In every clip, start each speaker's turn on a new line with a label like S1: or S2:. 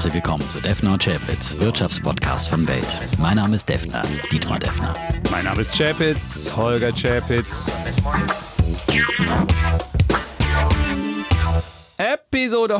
S1: herzlich willkommen zu Defner und Chapitz, Wirtschaftspodcast von Welt. Mein Name ist Defner, Dietmar Defner.
S2: Mein Name ist Chapitz, Holger Chapitz. Episode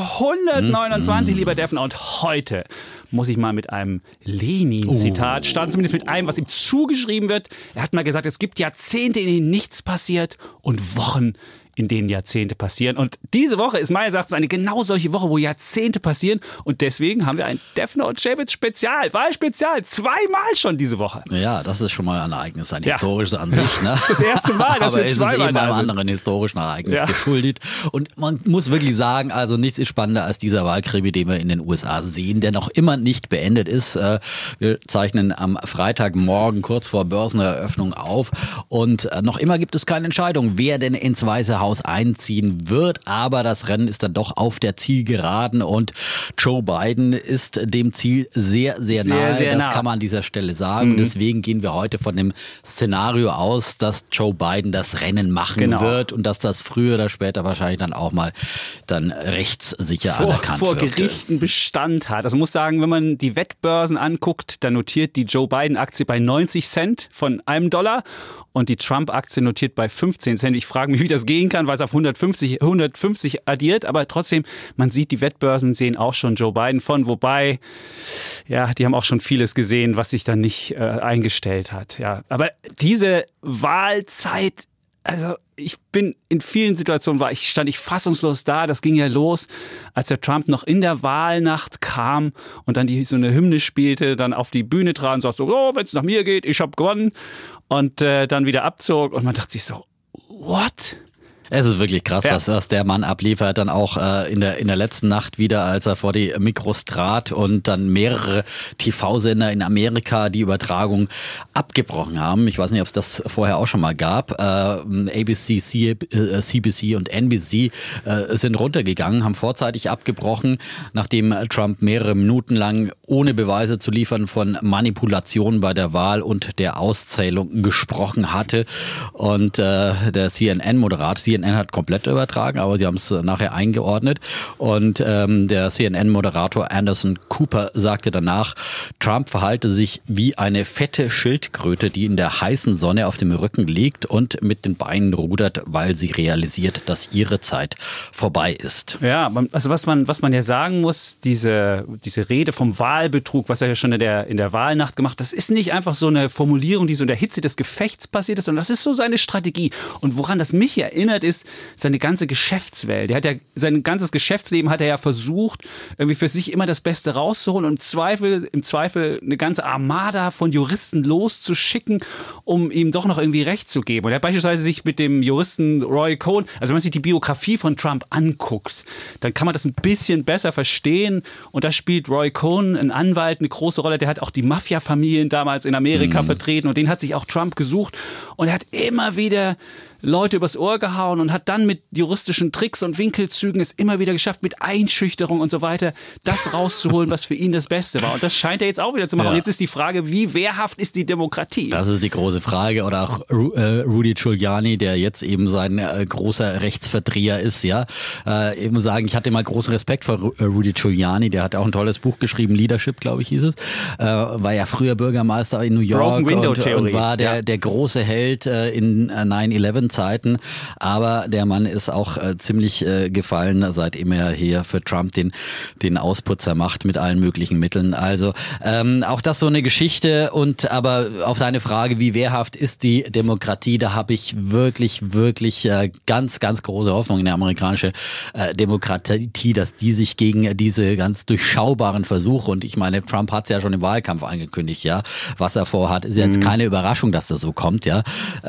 S2: 129, lieber Defner. Und heute muss ich mal mit einem Lenin-Zitat starten, zumindest mit einem, was ihm zugeschrieben wird. Er hat mal gesagt, es gibt Jahrzehnte, in denen nichts passiert und Wochen, in denen Jahrzehnte passieren. Und diese Woche ist meines Erachtens eine genau solche Woche, wo Jahrzehnte passieren. Und deswegen haben wir ein Defner und Chapitz Spezial, Wahlspezial, zweimal schon diese Woche.
S1: Ja, das ist schon mal ein Ereignis, ein historisches an sich. Ne?
S2: Das erste Mal, dass wir zweimal
S1: da sind. Aber es ist eben
S2: da
S1: einem
S2: sind.
S1: anderen historischen Ereignis geschuldet. Und man muss wirklich sagen, also nichts ist spannender als dieser Wahlkrimi, den wir in den USA sehen, der noch immer nicht beendet ist. Wir zeichnen am Freitagmorgen kurz vor Börseneröffnung auf und noch immer gibt es keine Entscheidung, wer denn ins Weiße Haus einziehen wird, aber das Rennen ist dann doch auf der Zielgeraden und Joe Biden ist dem Ziel sehr, sehr nahe.
S2: Sehr
S1: das
S2: nah.
S1: kann man an dieser Stelle sagen. Deswegen gehen wir heute von dem Szenario aus, dass Joe Biden das Rennen machen wird und dass das früher oder später wahrscheinlich dann auch mal dann rechtssicher anerkannt
S2: vor
S1: wird.
S2: Gerichten Bestand hat. Also man muss sagen, wenn man die Wettbörsen anguckt, dann notiert die Joe Biden-Aktie bei 90 Cent von $1 und die Trump-Aktie notiert bei 15 Cent. Ich frage mich, wie das gehen kann, weil es auf 150 addiert, aber trotzdem, man sieht, die Wettbörsen sehen auch schon Joe Biden von, wobei, ja, die haben auch schon vieles gesehen, was sich dann nicht eingestellt hat. Ja, aber diese Wahlzeit, also ich bin in vielen Situationen, stand ich fassungslos da, das ging ja los, als der Trump noch in der Wahlnacht kam und dann so eine Hymne spielte, dann auf die Bühne trat und sagte so, oh, wenn es nach mir geht, ich habe gewonnen und dann wieder abzog und man dachte sich so, what?
S1: Es ist wirklich krass, was der Mann abliefert. Dann auch in der letzten Nacht wieder, als er vor die Mikros trat und dann mehrere TV-Sender in Amerika die Übertragung abgebrochen haben. Ich weiß nicht, ob es das vorher auch schon mal gab. ABC, CBC und NBC sind runtergegangen, haben vorzeitig abgebrochen, nachdem Trump mehrere Minuten lang ohne Beweise zu liefern von Manipulationen bei der Wahl und der Auszählung gesprochen hatte. Und der CNN-Moderator, CNN hat komplett übertragen, aber sie haben es nachher eingeordnet. Und der CNN-Moderator Anderson Cooper sagte danach, Trump verhalte sich wie eine fette Schildkröte, die in der heißen Sonne auf dem Rücken liegt und mit den Beinen rudert, weil sie realisiert, dass ihre Zeit vorbei ist.
S2: Ja, also was man ja sagen muss, diese Rede vom Wahlbetrug, was er ja schon in der Wahlnacht gemacht hat, das ist nicht einfach so eine Formulierung, die so in der Hitze des Gefechts passiert ist, sondern das ist so seine Strategie. Und woran das mich erinnert, ist seine ganze Geschäftswelt. Sein ganzes Geschäftsleben hat er ja versucht, irgendwie für sich immer das Beste rauszuholen und im Zweifel eine ganze Armada von Juristen loszuschicken, um ihm doch noch irgendwie Recht zu geben. Und er hat beispielsweise sich mit dem Juristen Roy Cohn, also wenn man sich die Biografie von Trump anguckt, dann kann man das ein bisschen besser verstehen. Und da spielt Roy Cohn, ein Anwalt, eine große Rolle. Der hat auch die Mafia-Familien damals in Amerika vertreten und den hat sich auch Trump gesucht. Und er hat immer wieder Leute übers Ohr gehauen und hat dann mit juristischen Tricks und Winkelzügen es immer wieder geschafft, mit Einschüchterung und so weiter, das rauszuholen, was für ihn das Beste war. Und das scheint er jetzt auch wieder zu machen.
S1: Ja.
S2: Und jetzt ist die Frage, wie wehrhaft ist die Demokratie?
S1: Das ist die große Frage. Oder auch Rudy Giuliani, der jetzt eben sein großer Rechtsverdreher ist. Ja, ich muss sagen, ich hatte mal großen Respekt vor Rudy Giuliani. Der hat auch ein tolles Buch geschrieben, Leadership, glaube ich, hieß es. War ja früher Bürgermeister in New York und war der große Held in 9/11 Zeiten, aber der Mann ist auch ziemlich gefallen, seitdem er hier für Trump den Ausputzer macht mit allen möglichen Mitteln. Also auch das so eine Geschichte. Und aber auf deine Frage, wie wehrhaft ist die Demokratie, da habe ich wirklich ganz, ganz große Hoffnung in die amerikanische Demokratie, dass die sich gegen diese ganz durchschaubaren Versuche, und ich meine, Trump hat es ja schon im Wahlkampf angekündigt, ja, was er vorhat, ist jetzt keine Überraschung, dass das so kommt, ja.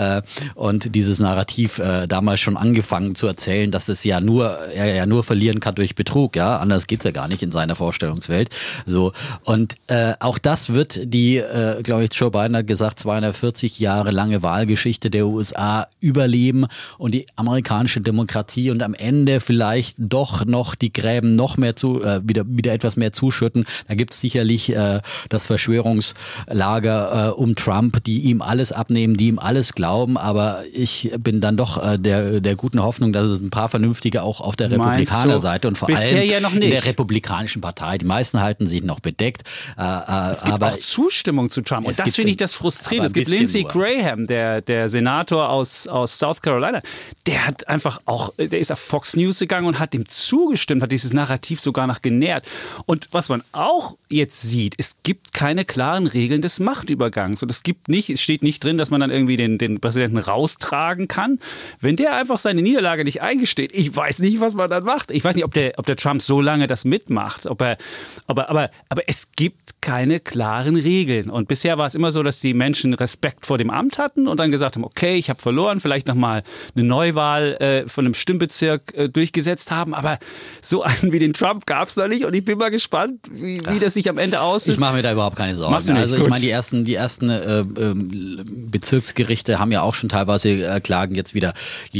S1: Und dieses Narrativ damals schon angefangen zu erzählen, dass es er nur verlieren kann durch Betrug, ja, anders geht's ja gar nicht in seiner Vorstellungswelt. So, und auch das wird die, glaube ich, Joe Biden hat gesagt, 240 Jahre lange Wahlgeschichte der USA überleben und die amerikanische Demokratie und am Ende vielleicht doch noch die Gräben noch mehr wieder etwas mehr zuschütten. Da gibt's sicherlich das Verschwörungslager um Trump, die ihm alles abnehmen, die ihm alles glauben, aber ich bin dann doch der guten Hoffnung, dass es ein paar Vernünftige auch auf der Republikanerseite und vor allem
S2: ja noch nicht.
S1: In der Republikanischen Partei. Die meisten halten sich noch bedeckt.
S2: Es gibt auch Zustimmung zu Trump. Und das finde ich das frustrierend. Es gibt Lindsey Graham, der Senator aus South Carolina, der ist auf Fox News gegangen und hat dem zugestimmt, hat dieses Narrativ sogar noch genährt. Und was man auch jetzt sieht, es gibt keine klaren Regeln des Machtübergangs. Und es steht nicht drin, dass man dann irgendwie den Präsidenten raustragen kann. Wenn der einfach seine Niederlage nicht eingesteht, ich weiß nicht, was man dann macht. Ich weiß nicht, ob der Trump so lange das mitmacht. Aber es gibt keine klaren Regeln. Und bisher war es immer so, dass die Menschen Respekt vor dem Amt hatten und dann gesagt haben, okay, ich habe verloren, vielleicht nochmal eine Neuwahl von einem Stimmbezirk durchgesetzt haben. Aber so einen wie den Trump gab es noch nicht. Und ich bin mal gespannt, wie das sich am Ende aussieht.
S1: Ich mache mir da überhaupt keine Sorgen. Also ich meine, die ersten Bezirksgerichte haben ja auch schon teilweise Klagen jetzt wieder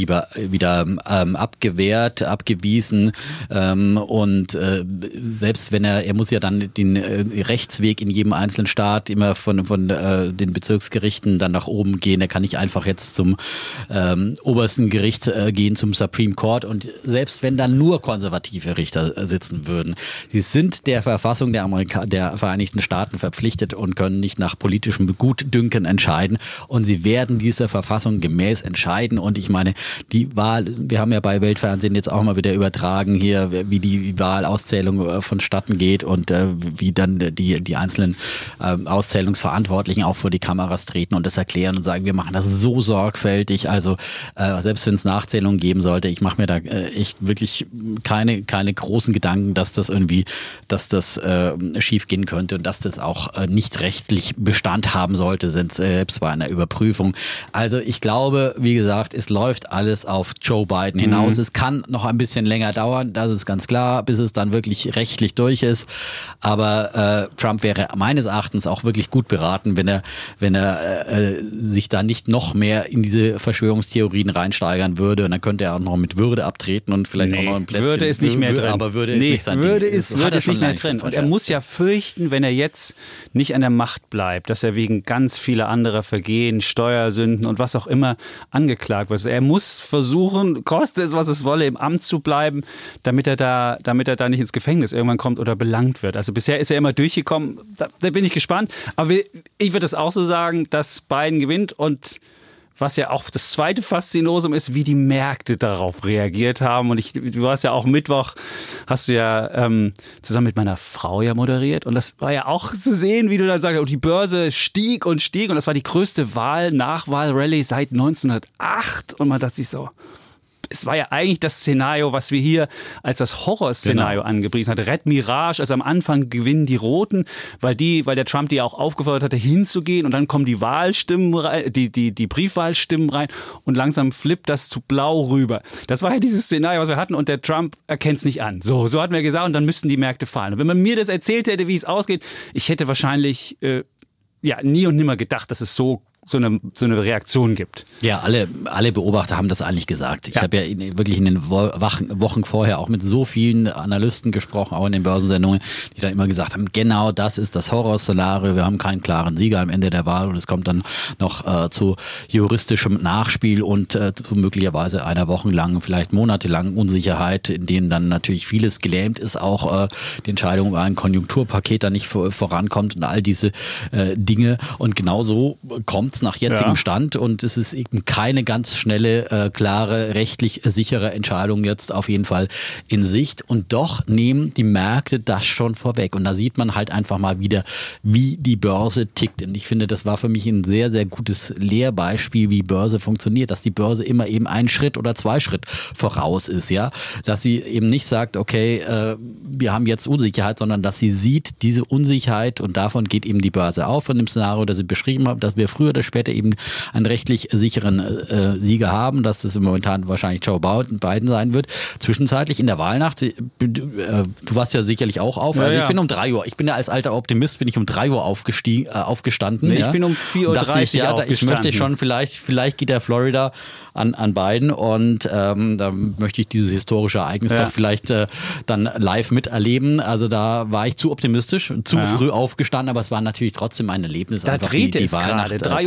S1: abgewehrt, abgewiesen. Und selbst wenn er muss ja dann den Rechtsweg in jedem einzelnen Staat immer von den Bezirksgerichten dann nach oben gehen. Er kann nicht einfach jetzt zum obersten Gericht gehen, zum Supreme Court. Und selbst wenn dann nur konservative Richter sitzen würden, sie sind der Verfassung der Vereinigten Staaten verpflichtet und können nicht nach politischem Gutdünken entscheiden. Und sie werden dieser Verfassung gemäß entscheiden. Und ich meine, die Wahl, wir haben ja bei Weltfernsehen jetzt auch mal wieder übertragen hier, wie die Wahlauszählung vonstatten geht und wie dann die einzelnen Auszählungsverantwortlichen auch vor die Kameras treten und das erklären und sagen, wir machen das so sorgfältig. Also selbst wenn es Nachzählungen geben sollte, ich mache mir da echt wirklich keine großen Gedanken, dass das schief gehen könnte und dass das auch nicht rechtlich Bestand haben sollte, selbst bei einer Überprüfung. Also ich glaube, wie gesagt, es läuft alles auf Joe Biden hinaus. Es kann noch ein bisschen länger dauern, das ist ganz klar, bis es dann wirklich rechtlich durch ist. Aber Trump wäre meines Erachtens auch wirklich gut beraten, wenn er sich da nicht noch mehr in diese Verschwörungstheorien reinsteigern würde. Und dann könnte er auch noch mit Würde abtreten und vielleicht auch noch ein Plätzchen.
S2: Würde ist nicht mehr drin.
S1: Aber Würde ist nicht sein Ding.
S2: Würde ist nicht mehr drin. Und er muss ja fürchten, wenn er jetzt nicht an der Macht bleibt, dass er wegen ganz vieler anderer Vergehen, Steuersünden und was auch immer angeklagt wird. Also er muss versuchen, koste es, was es wolle, im Amt zu bleiben, damit er da nicht ins Gefängnis irgendwann kommt oder belangt wird. Also bisher ist er immer durchgekommen. Da bin ich gespannt. Aber ich würde es auch so sagen, dass Biden gewinnt und was ja auch das zweite Faszinosum ist, wie die Märkte darauf reagiert haben. Und du warst ja auch Mittwoch, hast du ja zusammen mit meiner Frau ja moderiert. Und das war ja auch zu sehen, wie du dann sagst, die Börse stieg und stieg. Und das war die größte Nachwahl-Rallye seit 1908. Und man dachte sich so, es war ja eigentlich das Szenario, was wir hier als das Horrorszenario angepriesen hatten. Red Mirage, also am Anfang gewinnen die Roten, weil der Trump die auch aufgefordert hatte, hinzugehen und dann kommen die Wahlstimmen rein, die Briefwahlstimmen rein und langsam flippt das zu blau rüber. Das war ja dieses Szenario, was wir hatten und der Trump erkennt es nicht an. So hatten wir gesagt und dann müssten die Märkte fallen. Und wenn man mir das erzählt hätte, wie es ausgeht, ich hätte wahrscheinlich nie und nimmer gedacht, dass es so eine Reaktion gibt.
S1: Ja, alle Beobachter haben das eigentlich gesagt. Ich habe ja wirklich in den Wochen vorher auch mit so vielen Analysten gesprochen, auch in den Börsensendungen, die dann immer gesagt haben, genau das ist das Horrorszenario, wir haben keinen klaren Sieger am Ende der Wahl und es kommt dann noch zu juristischem Nachspiel und zu möglicherweise einer wochenlangen, vielleicht monatelangen Unsicherheit, in denen dann natürlich vieles gelähmt ist, auch die Entscheidung über ein Konjunkturpaket da nicht vorankommt und all diese Dinge. Und genau so kommt es nach jetzigem Stand und es ist eben keine ganz schnelle, klare, rechtlich sichere Entscheidung jetzt auf jeden Fall in Sicht. Und doch nehmen die Märkte das schon vorweg. Und da sieht man halt einfach mal wieder, wie die Börse tickt. Und ich finde, das war für mich ein sehr, sehr gutes Lehrbeispiel, wie Börse funktioniert, dass die Börse immer eben einen Schritt oder zwei Schritt voraus ist, ja. Dass sie eben nicht sagt, okay, wir haben jetzt Unsicherheit, sondern dass sie sieht, diese Unsicherheit und davon geht eben die Börse auf von dem Szenario, das ich beschrieben habe, dass wir früher oder später eben einen rechtlich sicheren Sieger haben, dass das momentan wahrscheinlich Joe Biden sein wird. Zwischenzeitlich in der Wahlnacht, du warst ja sicherlich auch auf, also ich bin um 3 Uhr, ich bin ja als alter Optimist, bin ich um 3 Uhr aufgestanden.
S2: Nee, ich bin um 4:30 Uhr aufgestanden.
S1: Ich möchte schon, vielleicht geht der Florida an Biden und da möchte ich dieses historische Ereignis doch vielleicht dann live miterleben. Also da war ich zu optimistisch, zu früh aufgestanden, aber es war natürlich trotzdem ein Erlebnis.
S2: Da
S1: einfach
S2: drehte
S1: die
S2: es
S1: Wahlnacht.
S2: gerade. 3:30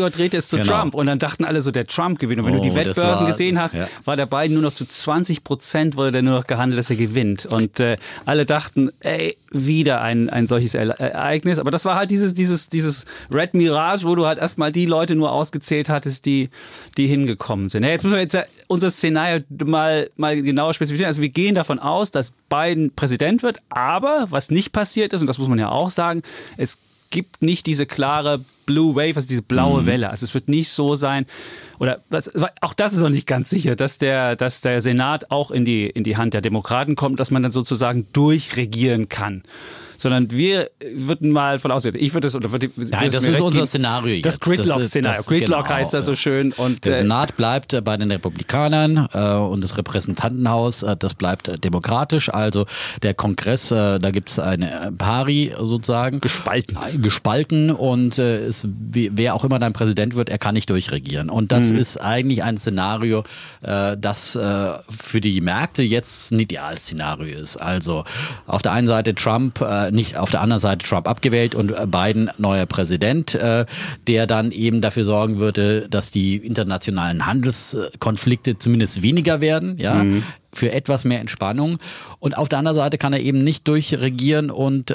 S2: Gregor drehte es zu Trump und dann dachten alle so, der Trump gewinnt. Und wenn du die Wettbörsen gesehen hast, war der Biden nur noch zu 20% wurde der nur noch gehandelt, dass er gewinnt. Und alle dachten, ey, wieder ein solches Ereignis. Aber das war halt dieses Red Mirage, wo du halt erstmal die Leute nur ausgezählt hattest, die hingekommen sind. Jetzt müssen wir jetzt unser Szenario mal genauer spezifizieren. Also wir gehen davon aus, dass Biden Präsident wird, aber was nicht passiert ist, und das muss man ja auch sagen, es gibt nicht diese klare Blue Wave, also diese blaue Welle. Also es wird nicht so sein, oder auch das ist noch nicht ganz sicher, dass der Senat auch in die Hand der Demokraten kommt, dass man dann sozusagen durchregieren kann. Sondern wir würden mal von ausgehen. Ich würde das, oder würde
S1: Nein, das ist unser Szenario jetzt.
S2: Das Gridlock-Szenario. Gridlock heißt das so schön. Und
S1: der Senat bleibt bei den Republikanern und das Repräsentantenhaus, das bleibt demokratisch. Also der Kongress, da gibt es eine Pari sozusagen. Gespalten und wer auch immer dann Präsident wird, er kann nicht durchregieren. Und das ist eigentlich ein Szenario, das für die Märkte jetzt ein Idealszenario ist. Also auf der einen Seite Trump, nicht auf der anderen Seite Trump abgewählt und Biden neuer Präsident, der dann eben dafür sorgen würde, dass die internationalen Handelskonflikte zumindest weniger werden, für etwas mehr Entspannung. Und auf der anderen Seite kann er eben nicht durchregieren und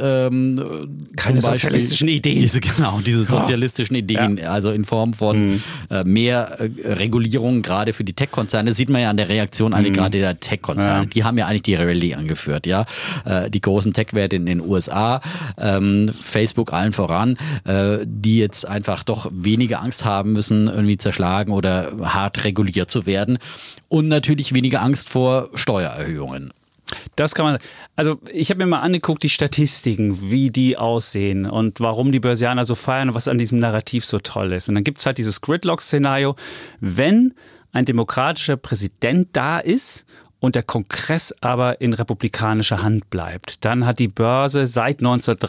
S2: keine sozialistischen Ideen.
S1: Diese sozialistischen Ideen, also in Form von mehr Regulierung, gerade für die Tech-Konzerne. Das sieht man ja an der Reaktion gerade der Tech-Konzerne. Die haben ja eigentlich die Rallye angeführt, die großen Tech-Werte in den USA, Facebook allen voran, die jetzt einfach doch weniger Angst haben müssen, irgendwie zerschlagen oder hart reguliert zu werden. Und natürlich weniger Angst vor Steuererhöhungen.
S2: Das kann man, also ich habe mir mal angeguckt, die Statistiken, wie die aussehen und warum die Börsianer so feiern und was an diesem Narrativ so toll ist. Und dann gibt es halt dieses Gridlock-Szenario, wenn ein demokratischer Präsident da ist und der Kongress aber in republikanischer Hand bleibt, dann hat die Börse seit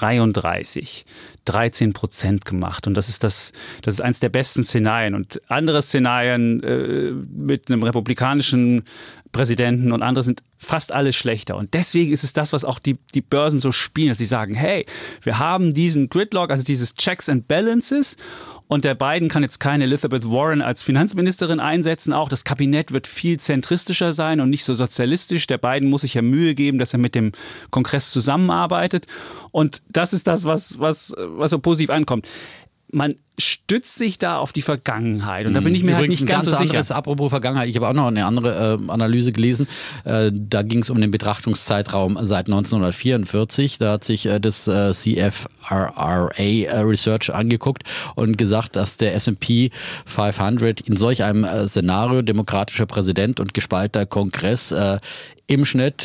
S2: 1933 13% gemacht. Und das ist eines der besten Szenarien. Und andere Szenarien mit einem republikanischen Präsidenten und andere sind fast alle schlechter. Und deswegen ist es das, was auch die Börsen so spielen, dass sie sagen, hey, wir haben diesen Gridlock, also dieses Checks and Balances. Und der Biden kann jetzt keine Elizabeth Warren als Finanzministerin einsetzen. Auch das Kabinett wird viel zentristischer sein und nicht so sozialistisch. Der Biden muss sich ja Mühe geben, dass er mit dem Kongress zusammenarbeitet. Und das ist das, was so positiv ankommt. Man stützt sich da auf die Vergangenheit. Und da bin ich mir
S1: übrigens
S2: halt nicht ganz so sicher.
S1: Apropos Vergangenheit, ich habe auch noch eine andere Analyse gelesen. Da ging es um den Betrachtungszeitraum seit 1944. Da hat sich das CFRA Research angeguckt und gesagt, dass der S&P 500 in solch einem Szenario, demokratischer Präsident und gespaltener Kongress, im Schnitt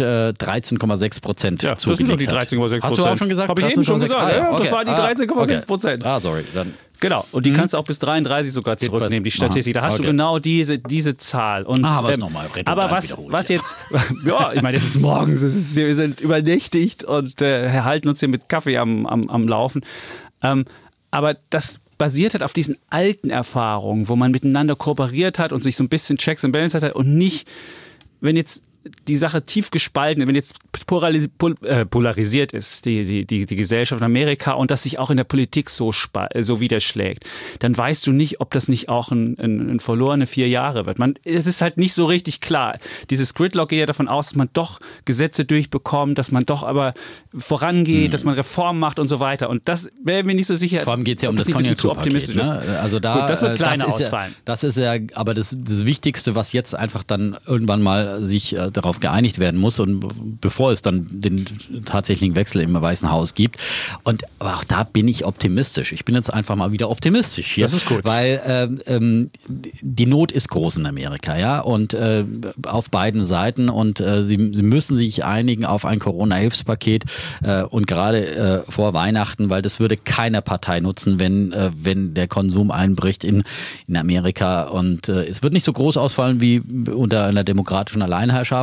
S1: 13,6%
S2: zugelegt
S1: hat.
S2: Die 13,6%.
S1: Hast du auch schon gesagt?
S2: Habe ich eben schon gesagt. Das war die 13,6%.
S1: Ah, sorry. Dann
S2: genau, und die kannst du auch bis 33 sogar zurücknehmen, die Statistik. Da hast du genau diese Zahl. Und,
S1: was nochmal?
S2: Aber was jetzt, ja, ich meine, es ist morgens, wir sind übernächtigt und halten uns hier mit Kaffee am Laufen. Aber das basiert halt auf diesen alten Erfahrungen, wo man miteinander kooperiert hat und sich so ein bisschen Checks and Balances hat und nicht, wenn jetzt die Sache tief gespalten, wenn jetzt polarisiert ist, die Gesellschaft in Amerika und das sich auch in der Politik so widerschlägt, dann weißt du nicht, ob das nicht auch ein verlorene 4 Jahre wird. Es ist halt nicht so richtig klar. Dieses Gridlock geht ja davon aus, dass man doch Gesetze durchbekommt, dass man doch aber vorangeht, dass man Reformen macht und so weiter. Und das wäre mir nicht so sicher.
S1: Vor allem geht es ja um das Konjunkturpaket. Ne? Also da,
S2: gut, das wird kleiner ausfallen.
S1: Das ist ja aber das Wichtigste, was jetzt einfach dann irgendwann mal sich darauf geeinigt werden muss und bevor es dann den tatsächlichen Wechsel im Weißen Haus gibt. Aber auch da bin ich optimistisch. Ich bin jetzt einfach mal wieder optimistisch hier.
S2: Das ist gut.
S1: Weil die Not ist groß in Amerika, ja, und auf beiden Seiten und sie müssen sich einigen auf ein Corona-Hilfspaket und gerade vor Weihnachten, weil das würde keiner Partei nutzen, wenn der Konsum einbricht in Amerika und es wird nicht so groß ausfallen wie unter einer demokratischen Alleinherrschaft.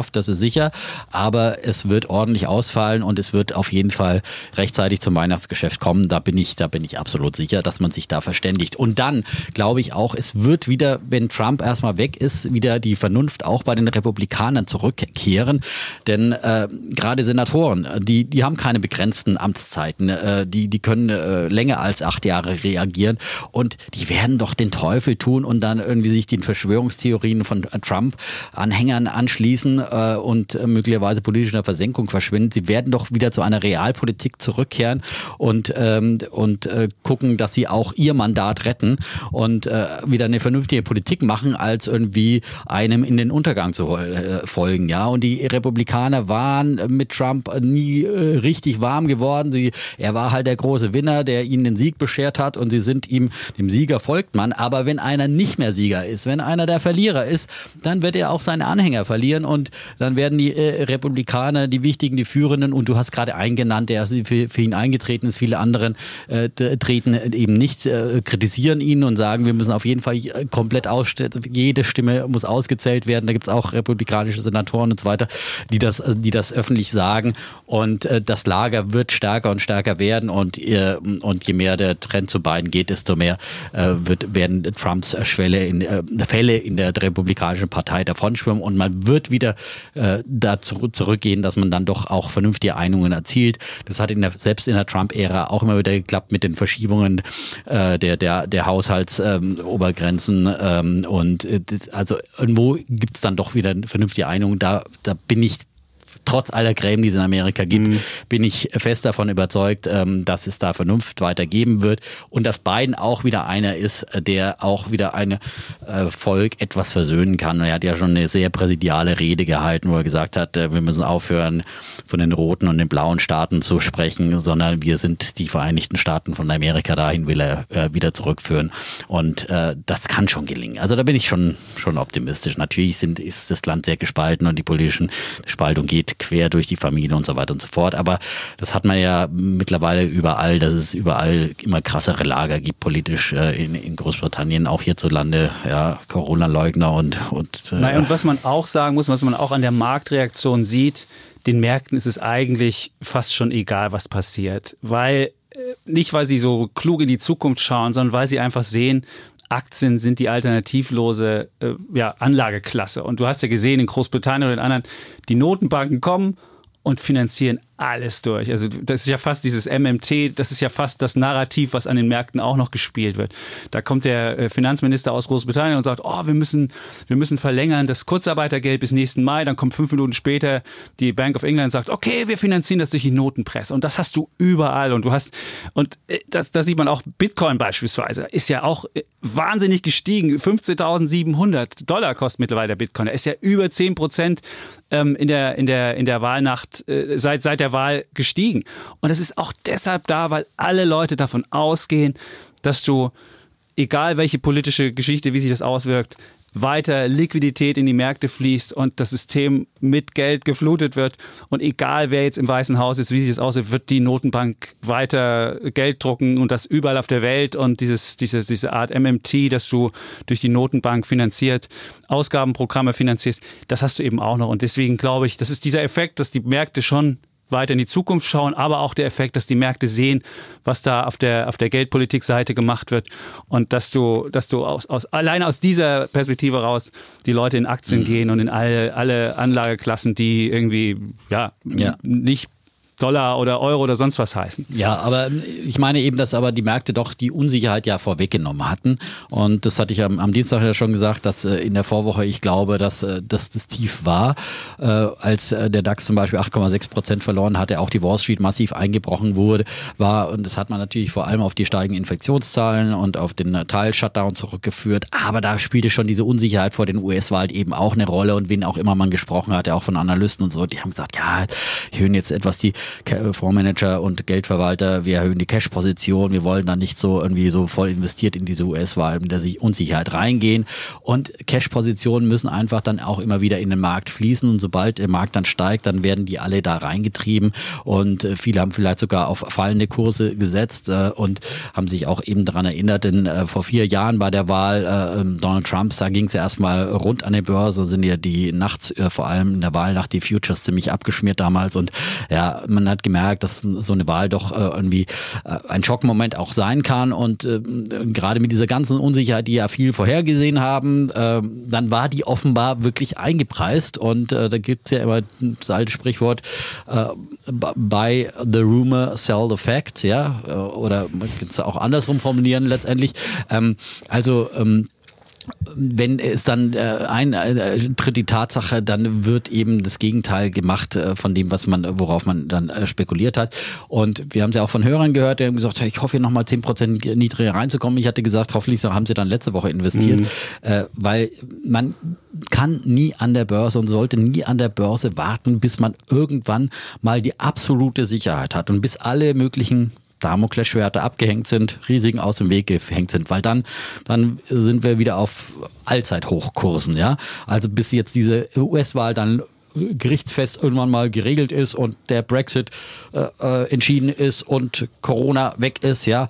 S1: geschafft, das ist sicher, aber es wird ordentlich ausfallen und es wird auf jeden Fall rechtzeitig zum Weihnachtsgeschäft kommen. Da bin ich absolut sicher, dass man sich da verständigt. Und dann glaube ich auch, es wird wieder, wenn Trump erstmal weg ist, wieder die Vernunft auch bei den Republikanern zurückkehren. Denn gerade Senatoren, die haben keine begrenzten Amtszeiten. Die können länger als 8 Jahre reagieren. Und die werden doch den Teufel tun und dann irgendwie sich den Verschwörungstheorien von Trump-Anhängern anschließen und möglicherweise politisch in der Versenkung verschwinden. Sie werden doch wieder zu einer Realpolitik zurückkehren und gucken, dass sie auch ihr Mandat retten und wieder eine vernünftige Politik machen, als irgendwie einem in den Untergang zu folgen. Ja? Und die Republikaner waren mit Trump nie richtig warm geworden. Er war halt der große Winner, der ihnen den Sieg beschert hat und sie sind ihm, dem Sieger folgt man. Aber wenn einer nicht mehr Sieger ist, wenn einer der Verlierer ist, dann wird er auch seine Anhänger verlieren und dann werden die Republikaner, die Wichtigen, die Führenden, und du hast gerade einen genannt, der für ihn eingetreten ist, viele anderen treten eben nicht, kritisieren ihn und sagen, wir müssen auf jeden Fall komplett ausstellen, jede Stimme muss ausgezählt werden. Da gibt es auch republikanische Senatoren und so weiter, die das öffentlich sagen und das Lager wird stärker und stärker werden und je mehr der Trend zu Biden geht, desto mehr werden Trumps Fälle in der republikanischen Partei davonschwimmen und man wird wieder dazu zurückgehen, dass man dann doch auch vernünftige Einigungen erzielt. Das hat selbst in der Trump-Ära auch immer wieder geklappt mit den Verschiebungen der Haushaltsobergrenzen also irgendwo gibt es dann doch wieder eine vernünftige Einigung. Da bin ich trotz aller Gräben, die es in Amerika gibt, bin ich fest davon überzeugt, dass es da Vernunft weitergeben wird und dass Biden auch wieder einer ist, der auch wieder ein Volk etwas versöhnen kann. Er hat ja schon eine sehr präsidiale Rede gehalten, wo er gesagt hat, wir müssen aufhören, von den roten und den blauen Staaten zu sprechen, sondern wir sind die Vereinigten Staaten von Amerika. Dahin will er wieder zurückführen. Und das kann schon gelingen. Also da bin ich schon optimistisch. Natürlich ist das Land sehr gespalten und die politische Spaltung geht quer durch die Familie und so weiter und so fort. Aber das hat man ja mittlerweile überall, dass es überall immer krassere Lager gibt politisch in Großbritannien, auch hierzulande, ja, Corona-Leugner und
S2: Nein, und was man auch sagen muss, was man auch an der Marktreaktion sieht, den Märkten ist es eigentlich fast schon egal, was passiert. Nicht, weil sie so klug in die Zukunft schauen, sondern weil sie einfach sehen, Aktien sind die alternativlose Anlageklasse. Und du hast ja gesehen, in Großbritannien oder in anderen, die Notenbanken kommen und finanzieren alles durch. Also das ist ja fast dieses MMT, das ist ja fast das Narrativ, was an den Märkten auch noch gespielt wird. Da kommt der Finanzminister aus Großbritannien und sagt, wir müssen verlängern das Kurzarbeitergeld bis nächsten Mai. Dann kommt 5 Minuten später die Bank of England und sagt, okay, wir finanzieren das durch die Notenpresse. Und das hast du überall. Und das sieht man auch, Bitcoin beispielsweise, ist ja auch wahnsinnig gestiegen. $15.700 kostet mittlerweile der Bitcoin. Er ist ja über 10% in der Wahlnacht seit der Wahl gestiegen. Und das ist auch deshalb da, weil alle Leute davon ausgehen, dass du, egal welche politische Geschichte, wie sich das auswirkt, weiter Liquidität in die Märkte fließt und das System mit Geld geflutet wird. Und egal, wer jetzt im Weißen Haus ist, wie sich das aussieht, wird die Notenbank weiter Geld drucken und das überall auf der Welt. Und diese Art MMT, dass du durch die Notenbank finanziert, Ausgabenprogramme finanzierst, das hast du eben auch noch. Und deswegen glaube ich, das ist dieser Effekt, dass die Märkte schon weiter in die Zukunft schauen, aber auch der Effekt, dass die Märkte sehen, was da auf der Geldpolitikseite gemacht wird und dass du allein aus dieser Perspektive raus die Leute in Aktien gehen und in alle Anlageklassen, die irgendwie nicht Dollar oder Euro oder sonst was heißen.
S1: Ja, aber ich meine eben, dass aber die Märkte doch die Unsicherheit ja vorweggenommen hatten. Und das hatte ich am Dienstag ja schon gesagt, dass in der Vorwoche ich glaube, dass das tief war. Als der DAX zum Beispiel 8,6% verloren hatte, auch die Wall Street massiv eingebrochen war. Und das hat man natürlich vor allem auf die steigenden Infektionszahlen und auf den Teil-Shutdown zurückgeführt. Aber da spielte schon diese Unsicherheit vor den US-Wahlen eben auch eine Rolle. Und wen auch immer man gesprochen hatte, auch von Analysten und so, die haben gesagt, ja, hier hören jetzt etwas die Fondsmanager und Geldverwalter, wir erhöhen die Cash-Position, wir wollen da nicht so irgendwie so voll investiert in diese US-Wahl mit der Unsicherheit reingehen. Und Cash-Positionen müssen einfach dann auch immer wieder in den Markt fließen und sobald der Markt dann steigt, dann werden die alle da reingetrieben und viele haben vielleicht sogar auf fallende Kurse gesetzt und haben sich auch eben daran erinnert, denn vor 4 Jahren bei der Wahl Donald Trumps, da ging es ja erstmal rund an der Börse, sind ja die nachts, vor allem in der Wahlnacht, die Futures ziemlich abgeschmiert damals und ja, man hat gemerkt, dass so eine Wahl doch irgendwie ein Schockmoment auch sein kann und gerade mit dieser ganzen Unsicherheit, die ja viel vorhergesehen haben, dann war die offenbar wirklich eingepreist und da gibt es ja immer das alte Sprichwort, buy the rumor, sell the fact, ja, oder man kann es auch andersrum formulieren letztendlich. Wenn es dann tritt die Tatsache, dann wird eben das Gegenteil gemacht von dem, worauf man dann spekuliert hat. Und wir haben es ja auch von Hörern gehört, die haben gesagt, ich hoffe hier nochmal 10% niedriger reinzukommen. Ich hatte gesagt, hoffentlich haben sie dann letzte Woche investiert, weil man kann nie an der Börse und sollte nie an der Börse warten, bis man irgendwann mal die absolute Sicherheit hat und bis alle möglichen Damoklesschwerter abgehängt sind, Risiken aus dem Weg gehängt sind, weil dann sind wir wieder auf Allzeithochkursen, ja. Also bis jetzt diese US-Wahl dann gerichtsfest irgendwann mal geregelt ist und der Brexit entschieden ist und Corona weg ist, ja.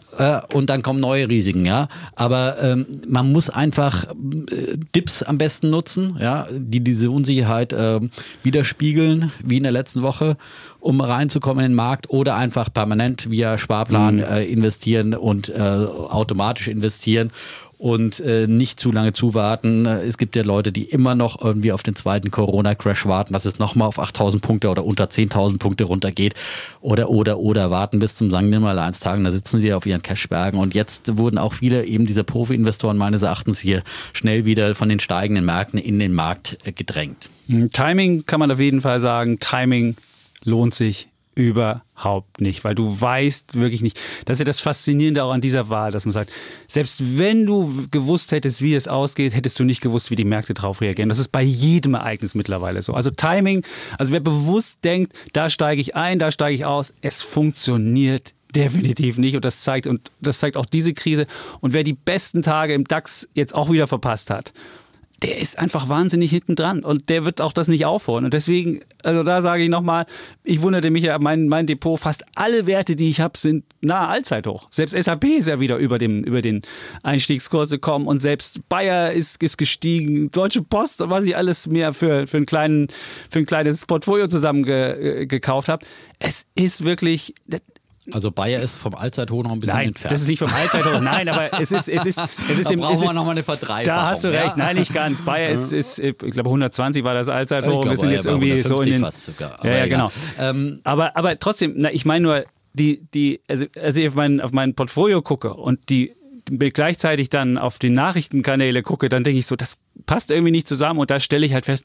S1: Und dann kommen neue Risiken, ja. Aber man muss einfach Dips am besten nutzen, ja, die diese Unsicherheit widerspiegeln, wie in der letzten Woche, um reinzukommen in den Markt oder einfach permanent via Sparplan investieren und automatisch investieren. Und nicht zu lange zuwarten. Es gibt ja Leute, die immer noch irgendwie auf den zweiten Corona-Crash warten, dass es nochmal auf 8.000 Punkte oder unter 10.000 Punkte runtergeht. Oder warten bis zum St. Nimmerleinstagen. Da sitzen sie auf ihren Cashbergen. Und jetzt wurden auch viele eben dieser Profi-Investoren meines Erachtens hier schnell wieder von den steigenden Märkten in den Markt gedrängt.
S2: Timing kann man auf jeden Fall sagen. Timing lohnt sich überhaupt nicht, weil du weißt wirklich nicht, das ist ja das Faszinierende auch an dieser Wahl, dass man sagt, selbst wenn du gewusst hättest, wie es ausgeht, hättest du nicht gewusst, wie die Märkte drauf reagieren. Das ist bei jedem Ereignis mittlerweile so. Also Timing, also wer bewusst denkt, da steige ich ein, da steige ich aus, es funktioniert definitiv nicht und das zeigt auch diese Krise. Und wer die besten Tage im DAX jetzt auch wieder verpasst hat, der ist einfach wahnsinnig hinten dran und der wird auch das nicht aufholen. Und deswegen, also da sage ich nochmal, ich wunderte mich ja, mein Depot, fast alle Werte, die ich habe, sind nahe Allzeithoch. Selbst SAP ist ja wieder über den Einstiegskurs gekommen und selbst Bayer ist gestiegen, Deutsche Post, was ich alles mir für ein kleines Portfolio zusammen gekauft habe. Es ist wirklich...
S1: Also Bayer ist vom Allzeithoch noch ein bisschen entfernt.
S2: Nein, das ist nicht vom Allzeithoch, nein, aber es ist
S1: da brauchen wir nochmal eine Verdreifachung.
S2: Da hast du recht, nein, nicht ganz. Bayer ist, ich glaube 120 war das Allzeithoch. Wir sind jetzt irgendwie so in den...
S1: fast sogar.
S2: Ja, genau. Aber trotzdem, ich meine nur, als ich auf mein Portfolio gucke und gleichzeitig dann auf die Nachrichtenkanäle gucke, dann denke ich so, das passt irgendwie nicht zusammen und da stelle ich halt fest,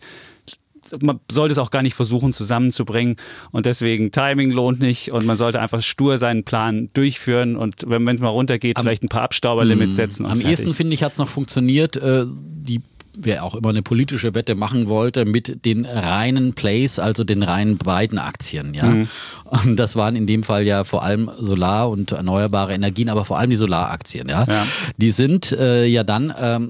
S2: man sollte es auch gar nicht versuchen zusammenzubringen und deswegen Timing lohnt nicht und man sollte einfach stur seinen Plan durchführen und wenn es mal runtergeht, vielleicht ein paar Abstauberlimits setzen.
S1: Am ehesten, finde ich, hat es noch funktioniert, wer auch immer eine politische Wette machen wollte, mit den reinen Plays, also den reinen beiden Aktien. Ja? Und das waren in dem Fall ja vor allem Solar- und erneuerbare Energien, aber vor allem die Solaraktien. Ja? Die sind ja dann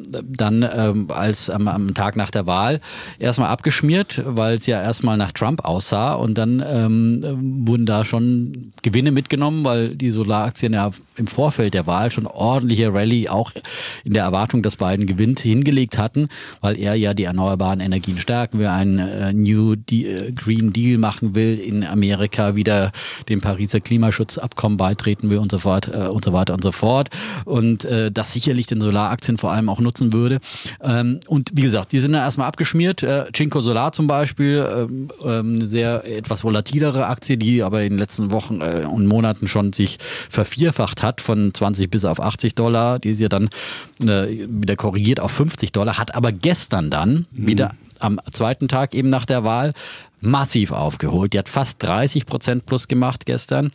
S1: als am Tag nach der Wahl erstmal abgeschmiert, weil es ja erstmal nach Trump aussah und dann wurden da schon Gewinne mitgenommen, weil die Solaraktien ja im Vorfeld der Wahl schon ordentliche Rallye auch in der Erwartung, dass Biden gewinnt, hingelegt hatten, weil er ja die erneuerbaren Energien stärken will, einen Green Deal machen will, in Amerika wieder dem Pariser Klimaschutzabkommen beitreten will und so fort und so weiter und so fort. Und das sicherlich den Solaraktien vor allem auch nutzen würde. Und wie gesagt, die sind dann erstmal abgeschmiert. Cinco Solar zum Beispiel, eine sehr etwas volatilere Aktie, die aber in den letzten Wochen und Monaten schon sich vervierfacht hat, von 20 bis auf $80. Die ist ja dann wieder korrigiert auf $50, hat aber gestern dann wieder am zweiten Tag eben nach der Wahl massiv aufgeholt. Die hat fast 30% plus gemacht gestern.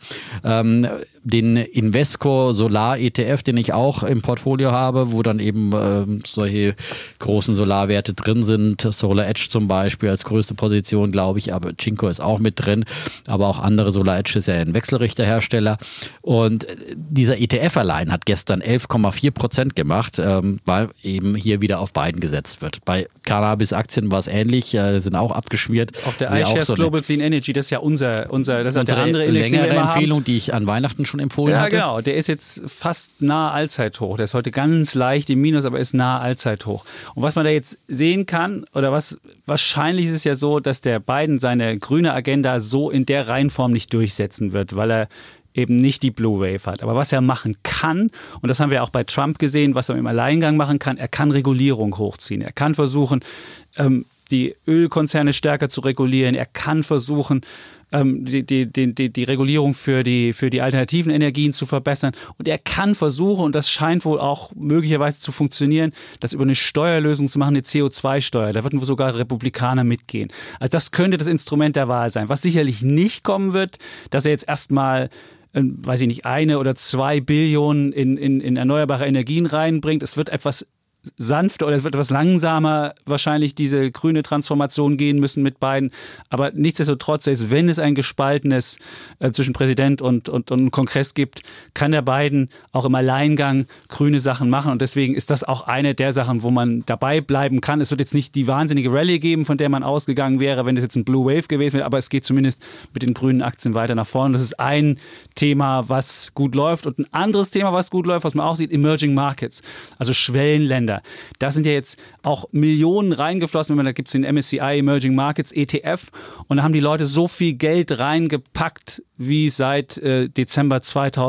S1: Den Invesco Solar ETF, den ich auch im Portfolio habe, wo dann eben solche großen Solarwerte drin sind. Solar Edge zum Beispiel als größte Position, glaube ich, aber Jinko ist auch mit drin. Aber auch andere, Solar Edge ist ja ein Wechselrichterhersteller. Und dieser ETF allein hat gestern 11,4% gemacht, weil eben hier wieder auf Biden gesetzt wird. Bei Cannabis-Aktien war es ähnlich, sind auch abgeschmiert.
S2: Auch der iShares so Global Clean Energy, das ist ja unser das ist der andere Index,
S1: längere Empfehlung, die ich an Weihnachten schon empfohlen hatte.
S2: Ja, genau. Der ist jetzt fast nahe Allzeithoch. Der ist heute ganz leicht im Minus, aber ist nahe Allzeithoch. Und was man da jetzt sehen kann, oder wahrscheinlich ist es ja so, dass der Biden seine grüne Agenda so in der Reihenform nicht durchsetzen wird, weil er eben nicht die Blue Wave hat. Aber was er machen kann, und das haben wir auch bei Trump gesehen, was er im Alleingang machen kann, er kann Regulierung hochziehen. Er kann versuchen, die Ölkonzerne stärker zu regulieren. Er kann versuchen, die Regulierung für die alternativen Energien zu verbessern. Und er kann versuchen, und das scheint wohl auch möglicherweise zu funktionieren, das über eine Steuerlösung zu machen, eine CO2-Steuer. Da würden sogar Republikaner mitgehen. Also das könnte das Instrument der Wahl sein. Was sicherlich nicht kommen wird, dass er jetzt erstmal weiß ich nicht, 1 oder 2 Billionen in erneuerbare Energien reinbringt. Es wird etwas sanfter oder es wird etwas langsamer wahrscheinlich diese grüne Transformation gehen müssen mit beiden. Aber nichtsdestotrotz, selbst wenn es ein gespaltenes zwischen Präsident und Kongress gibt, kann der Biden auch im Alleingang grüne Sachen machen. Und deswegen ist das auch eine der Sachen, wo man dabei bleiben kann. Es wird jetzt nicht die wahnsinnige Rallye geben, von der man ausgegangen wäre, wenn das jetzt ein Blue Wave gewesen wäre. Aber es geht zumindest mit den grünen Aktien weiter nach vorne. Das ist ein Thema, was gut läuft. Und ein anderes Thema, was gut läuft, was man auch sieht, Emerging Markets, also Schwellenländer. Da sind ja jetzt auch Millionen reingeflossen. Da gibt es den MSCI Emerging Markets ETF und da haben die Leute so viel Geld reingepackt wie seit Dezember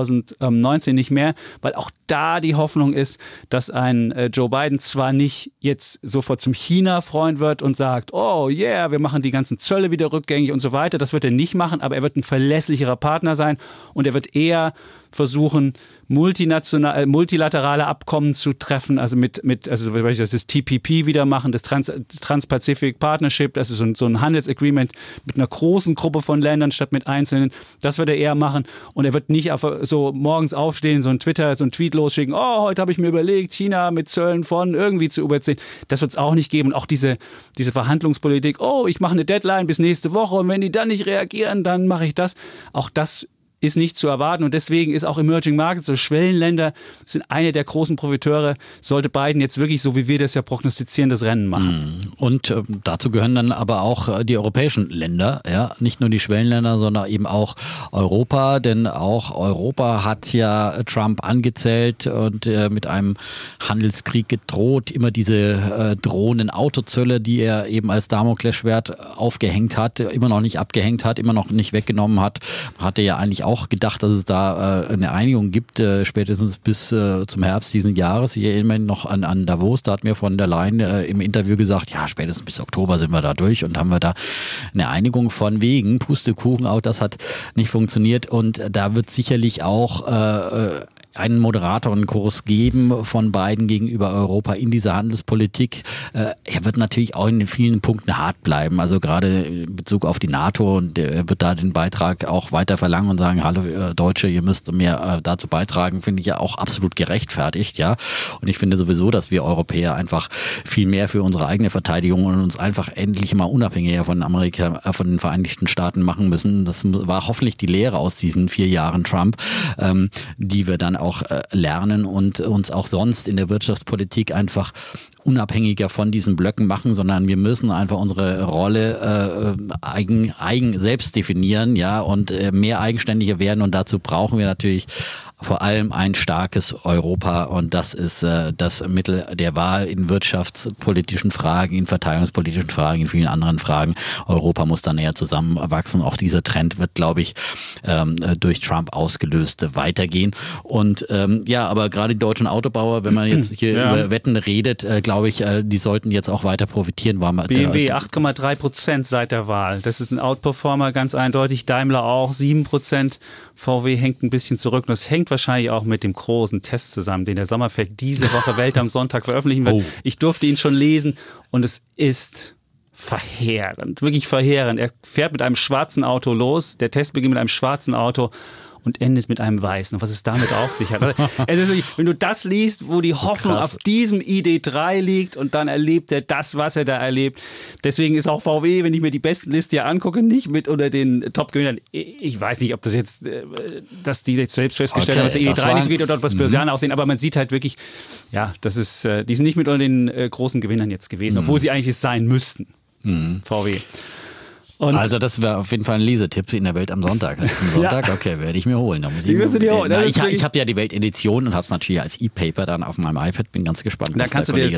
S2: 2019 nicht mehr, weil auch da die Hoffnung ist, dass ein Joe Biden zwar nicht jetzt sofort zum China-Freund wird und sagt, oh yeah, wir machen die ganzen Zölle wieder rückgängig und so weiter. Das wird er nicht machen, aber er wird ein verlässlicherer Partner sein und er wird eher versuchen, multilaterale Abkommen zu treffen, also also das TPP wieder machen, das Trans-Pacific Partnership, das ist so ein Handelsagreement mit einer großen Gruppe von Ländern statt mit einzelnen. Das wird er eher machen und er wird nicht so morgens aufstehen, so ein Tweet losschicken, oh, heute habe ich mir überlegt, China mit Zöllen von irgendwie zu überziehen. Das wird es auch nicht geben und auch diese Verhandlungspolitik, oh, ich mache eine Deadline bis nächste Woche und wenn die dann nicht reagieren, dann mache ich das. Auch das ist nicht zu erwarten und deswegen ist auch Emerging Markets, so Schwellenländer, sind eine der großen Profiteure, sollte Biden jetzt wirklich, so wie wir das ja prognostizieren, das Rennen machen.
S1: Und dazu gehören dann aber auch die europäischen Länder, ja, nicht nur die Schwellenländer, sondern eben auch Europa, denn auch Europa hat ja Trump angezählt und mit einem Handelskrieg gedroht, immer diese drohenden Autozölle, die er eben als Damoklesschwert aufgehängt hat, immer noch nicht abgehängt hat, immer noch nicht weggenommen hat, hatte ja eigentlich auch gedacht, dass es da eine Einigung gibt, spätestens bis zum Herbst diesen Jahres. Ich erinnere mich noch an Davos, da hat mir von der Leyen im Interview gesagt, ja, spätestens bis Oktober sind wir da durch und haben wir da eine Einigung von wegen. Pustekuchen, auch das hat nicht funktioniert und da wird sicherlich auch einen moderateren Kurs geben von Biden gegenüber Europa in dieser Handelspolitik. Er wird natürlich auch in vielen Punkten hart bleiben, also gerade in Bezug auf die NATO und er wird da den Beitrag auch weiter verlangen und sagen, hallo Deutsche, ihr müsst mehr dazu beitragen, finde ich ja auch absolut gerechtfertigt, ja. Und ich finde sowieso, dass wir Europäer einfach viel mehr für unsere eigene Verteidigung und uns einfach endlich mal unabhängiger von Amerika, von den Vereinigten Staaten machen müssen. Das war hoffentlich die Lehre aus diesen 4 Jahren Trump, die wir dann auch lernen und uns auch sonst in der Wirtschaftspolitik einfach unabhängiger von diesen Blöcken machen, sondern wir müssen einfach unsere Rolle eigen selbst definieren, ja, und mehr eigenständiger werden und dazu brauchen wir natürlich vor allem ein starkes Europa und das ist das Mittel der Wahl in wirtschaftspolitischen Fragen, in verteidigungspolitischen Fragen, in vielen anderen Fragen. Europa muss da näher zusammenwachsen. Auch dieser Trend wird, glaube ich, durch Trump ausgelöst weitergehen. Und ja, aber gerade die deutschen Autobauer, wenn man jetzt hier über Wetten redet, glaube ich, die sollten jetzt auch weiter profitieren.
S2: BMW 8,3% seit der Wahl. Das ist ein Outperformer, ganz eindeutig. Daimler auch 7%. VW hängt ein bisschen zurück. Und das hängt wahrscheinlich auch mit dem großen Test zusammen, den der Sommerfeld diese Woche Welt am Sonntag veröffentlichen wird. Oh. Ich durfte ihn schon lesen und es ist verheerend, wirklich verheerend. Er fährt mit einem schwarzen Auto los, der Test beginnt mit einem schwarzen Auto und endet mit einem weißen. Und was es damit auf sich hat. Also, wenn du das liest, wo die Hoffnung auf diesem ID3 liegt und dann erlebt er das, was er da erlebt. Deswegen ist auch VW, wenn ich mir die besten Liste hier angucke, nicht mit unter den Top-Gewinnern. Ich weiß nicht, ob das jetzt, dass die jetzt selbst festgestellt haben, dass der ID3 nicht so geht oder ob das Börsianer aussehen, aber man sieht halt wirklich, ja, das ist, die sind nicht mit unter den großen Gewinnern jetzt gewesen, obwohl sie eigentlich es sein müssten. VW. Und
S1: also das wäre auf jeden Fall ein Lesetipp in der Welt am Sonntag. Sonntag, ja. Okay, werde ich mir holen. Da muss ich habe ja die Weltedition und habe es natürlich als E-Paper dann auf meinem iPad. Bin ganz gespannt.
S2: Da kannst du dir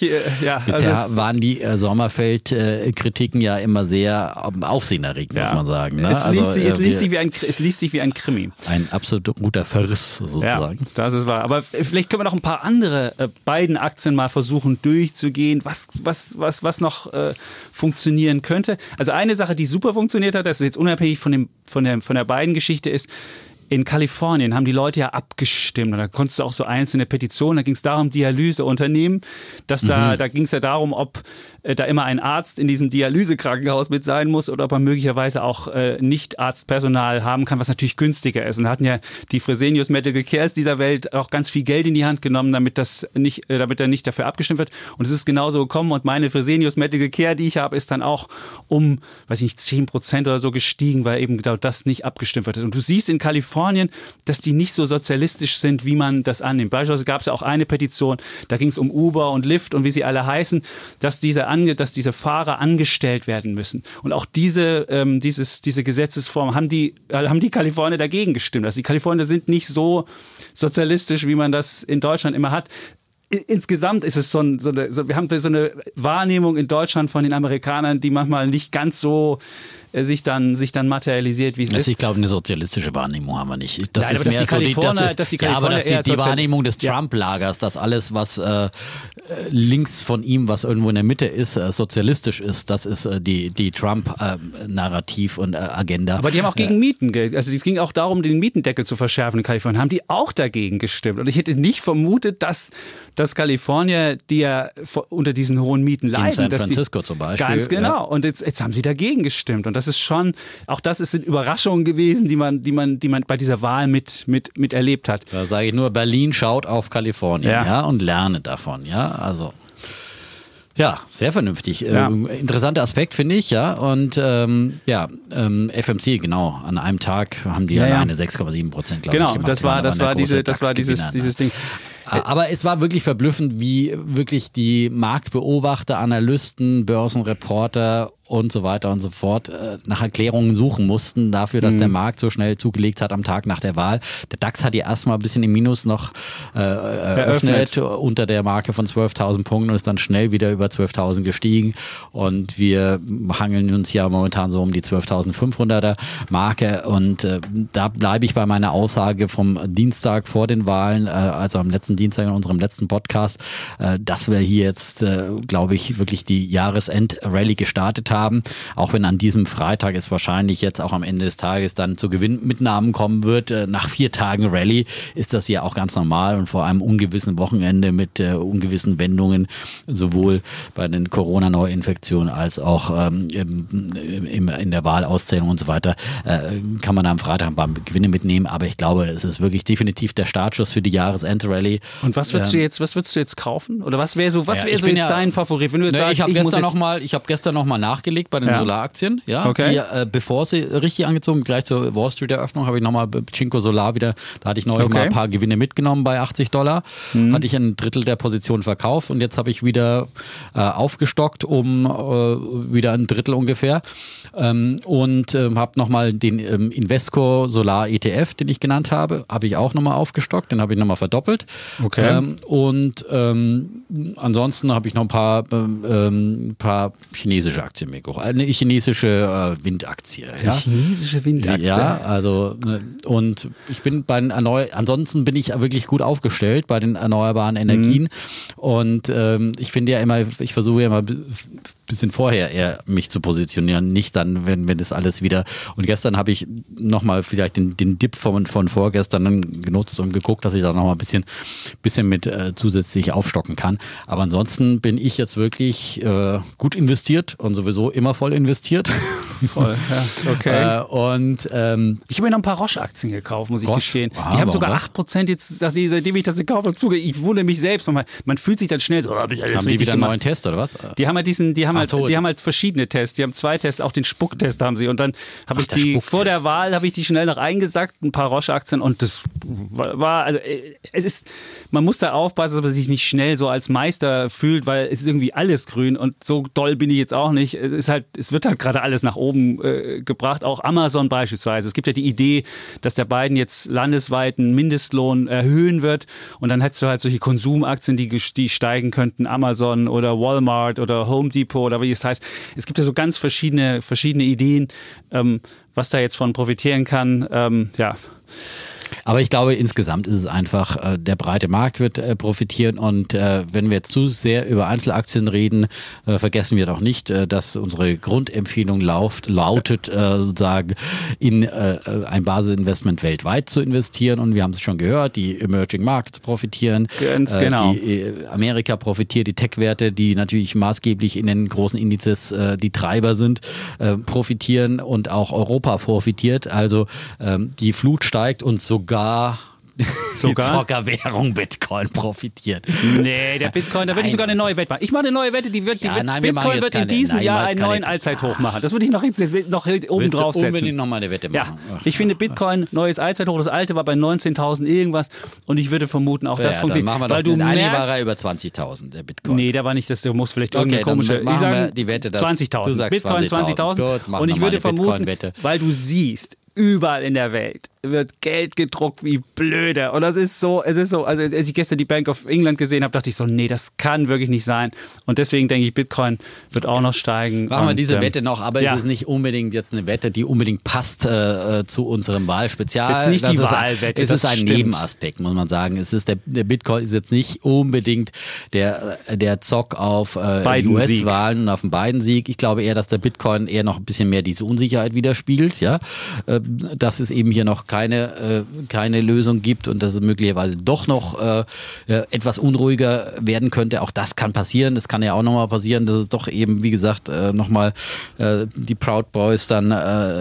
S1: Bisher waren die Sommerfeld-Kritiken ja immer sehr aufsehenerregend, muss man sagen. Ne?
S2: Es liest sich wie ein Krimi.
S1: Ein absoluter Vers sozusagen.
S2: Ja, das ist wahr. Aber vielleicht können wir noch ein paar andere beiden Aktien mal versuchen durchzugehen, was noch funktionieren könnte. Also eine Sache, die super funktioniert hat, das ist jetzt unabhängig von der beiden Geschichte ist, in Kalifornien haben die Leute ja abgestimmt und da konntest du auch so einzelne Petitionen, da ging es darum, Dialyseunternehmen, dass da ging es ja darum, ob da immer ein Arzt in diesem Dialysekrankenhaus mit sein muss oder ob man möglicherweise auch nicht Arztpersonal haben kann, was natürlich günstiger ist. Und da hatten ja die Fresenius Medical Cares dieser Welt auch ganz viel Geld in die Hand genommen, damit er nicht dafür abgestimmt wird. Und es ist genauso gekommen und meine Fresenius Medical Care, die ich habe, ist dann auch um, weiß ich nicht, 10% oder so gestiegen, weil eben genau das nicht abgestimmt wird. Und du siehst in Kalifornien, dass die nicht so sozialistisch sind, wie man das annimmt. Beispielsweise gab es ja auch eine Petition, da ging es um Uber und Lyft und wie sie alle heißen, dass diese Fahrer angestellt werden müssen. Und auch diese Gesetzesform haben die Kalifornier dagegen gestimmt. Also die Kalifornier sind nicht so sozialistisch, wie man das in Deutschland immer hat. Insgesamt ist es wir haben so eine Wahrnehmung in Deutschland von den Amerikanern, die manchmal nicht ganz so sich dann materialisiert, wie es ist.
S1: Ich glaube, eine sozialistische Wahrnehmung haben wir nicht. Das
S2: Nein,
S1: ist mehr so die Wahrnehmung des Trump-Lagers, dass alles, was links von ihm, was irgendwo in der Mitte ist, sozialistisch ist. Das ist die Trump-Narrativ und Agenda.
S2: Aber die haben auch gegen Mieten, also es ging auch darum, den Mietendeckel zu verschärfen in Kalifornien, haben die auch dagegen gestimmt. Und ich hätte nicht vermutet, dass Kalifornier, die ja unter diesen hohen Mieten leiden.
S1: In San Francisco zum Beispiel.
S2: Ganz genau. Ja. Und jetzt haben sie dagegen gestimmt. Und das ist schon, auch das sind Überraschungen gewesen, die man bei dieser Wahl mit erlebt hat.
S1: Da sage ich nur, Berlin schaut auf Kalifornien und lerne davon. Ja, also. Ja, sehr vernünftig.
S2: Ja.
S1: Interessanter Aspekt, finde ich, ja. Und FMC, genau, an einem Tag haben die alleine 6,7%, glaube ich, gemacht.
S2: Genau, das war dieses Ding.
S1: Aber es war wirklich verblüffend, wie wirklich die Marktbeobachter, Analysten, Börsenreporter und so weiter und so fort nach Erklärungen suchen mussten dafür, dass der Markt so schnell zugelegt hat am Tag nach der Wahl. Der DAX hat ja erstmal ein bisschen im Minus noch eröffnet unter der Marke von 12.000 Punkten und ist dann schnell wieder über 12.000 gestiegen. Und wir hangeln uns ja momentan so um die 12.500er Marke. Und da bleibe ich bei meiner Aussage vom Dienstag vor den Wahlen, also am letzten Dienstag in unserem letzten Podcast, dass wir hier jetzt, glaube ich, wirklich die Jahresend-Rallye gestartet haben. Auch wenn an diesem Freitag es wahrscheinlich jetzt auch am Ende des Tages dann zu Gewinnmitnahmen kommen wird. Nach 4 Tagen Rallye ist das ja auch ganz normal und vor einem ungewissen Wochenende mit ungewissen Wendungen, sowohl bei den Corona-Neuinfektionen als auch in der Wahlauszählung und so weiter, kann man am Freitag ein paar Gewinne mitnehmen. Aber ich glaube, es ist wirklich definitiv der Startschuss für die Jahresend-Rallye.
S2: Und was würdest du jetzt kaufen? Oder was wäre so dein Favorit? Wenn du jetzt sagst,
S1: ich habe gestern noch mal nachgelegt bei den Solaraktien, die, bevor sie richtig angezogen, gleich zur Wall Street Eröffnung, habe ich nochmal Cinco Solar wieder, da hatte ich neulich mal ein paar Gewinne mitgenommen bei $80, hatte ich ein Drittel der Position verkauft und jetzt habe ich wieder aufgestockt um wieder ein Drittel ungefähr und habe nochmal den Invesco Solar ETF, den ich genannt habe ich auch nochmal aufgestockt, den habe ich nochmal verdoppelt. Und ansonsten habe ich noch ein paar chinesische Aktien Cameco, eine chinesische Windaktie. Ja?
S2: Eine chinesische Windaktie?
S1: Ja, also und ich bin ansonsten bin ich wirklich gut aufgestellt bei den erneuerbaren Energien und ich finde ja immer, ich versuche ja immer bisschen vorher eher mich zu positionieren, nicht dann, wenn das alles wieder. Und gestern habe ich nochmal vielleicht den Dip von vorgestern dann genutzt und geguckt, dass ich da nochmal ein bisschen mit zusätzlich aufstocken kann. Aber ansonsten bin ich jetzt wirklich gut investiert und sowieso immer voll investiert.
S2: Voll, ja, okay.
S1: Und
S2: ich habe mir noch ein paar Roche-Aktien gekauft, muss ich gestehen. Die haben sogar 8% jetzt, seitdem ich das gekauft habe, zuge. Ich wundere mich selbst. Man fühlt sich dann schnell so,
S1: haben die wieder einen neuen Test oder was?
S2: Die haben halt verschiedene Tests. Die haben 2 Tests, auch den Spucktest haben sie. Und dann habe ich die vor der Wahl habe ich die schnell noch eingesackt, ein paar Roche-Aktien. Und das war, also man muss da aufpassen, dass man sich nicht schnell so als Meister fühlt, weil es ist irgendwie alles grün und so doll bin ich jetzt auch nicht. Es wird halt gerade alles nach oben gebracht, auch Amazon beispielsweise. Es gibt ja die Idee, dass der Biden jetzt landesweit einen Mindestlohn erhöhen wird und dann hättest du halt solche Konsumaktien, die steigen könnten, Amazon oder Walmart oder Home Depot oder wie es heißt. Es gibt ja so ganz verschiedene Ideen, was da jetzt von profitieren kann. Ja.
S1: Aber ich glaube, insgesamt ist es einfach, der breite Markt wird profitieren und wenn wir jetzt zu sehr über Einzelaktien reden, vergessen wir doch nicht, dass unsere Grundempfehlung lautet, sozusagen in ein Basisinvestment weltweit zu investieren und wir haben es schon gehört, die Emerging Markets profitieren,
S2: ganz genau.
S1: Die Amerika profitiert, die Tech-Werte, die natürlich maßgeblich in den großen Indizes die Treiber sind, profitieren und auch Europa profitiert, also die Flut steigt und sogar die Zockerwährung Bitcoin profitiert.
S2: Nee, der Bitcoin, da würde ich sogar eine neue Wette machen. Ich mache eine neue Wette, Bitcoin wird in diesem Jahr einen neuen Allzeithoch machen. Das würde ich noch oben drauf setzen.
S1: Unbedingt nochmal eine Wette machen.
S2: Ja, ich finde Bitcoin, neues Allzeithoch, das alte war bei 19.000 irgendwas und ich würde vermuten, auch das funktioniert.
S1: Dann machen wir doch, eine war er über 20.000, der Bitcoin.
S2: Nee, der war nicht, du musst vielleicht irgendeine komische,
S1: ich sage die Wette,
S2: 20.000. Bitcoin 20.000 und ich würde vermuten, weil du siehst, überall in der Welt wird Geld gedruckt wie blöde. Und es ist so, also als ich gestern die Bank of England gesehen habe, dachte ich so, nee, das kann wirklich nicht sein. Und deswegen denke ich, Bitcoin wird auch noch steigen.
S1: Machen wir diese Wette noch, aber es ist nicht unbedingt jetzt eine Wette, die unbedingt passt zu unserem Wahlspezial.
S2: Das ist nicht die Wahlwette.
S1: Es ist ein Nebenaspekt, muss man sagen. Der Bitcoin ist jetzt nicht unbedingt der Zock auf die US-Wahlen und auf den Biden-Sieg. Ich glaube eher, dass der Bitcoin eher noch ein bisschen mehr diese Unsicherheit widerspiegelt, ja. Dass es eben hier noch keine Lösung gibt und dass es möglicherweise doch noch etwas unruhiger werden könnte. Auch das kann passieren. Das kann ja auch nochmal passieren, dass es doch eben, wie gesagt, nochmal die Proud Boys dann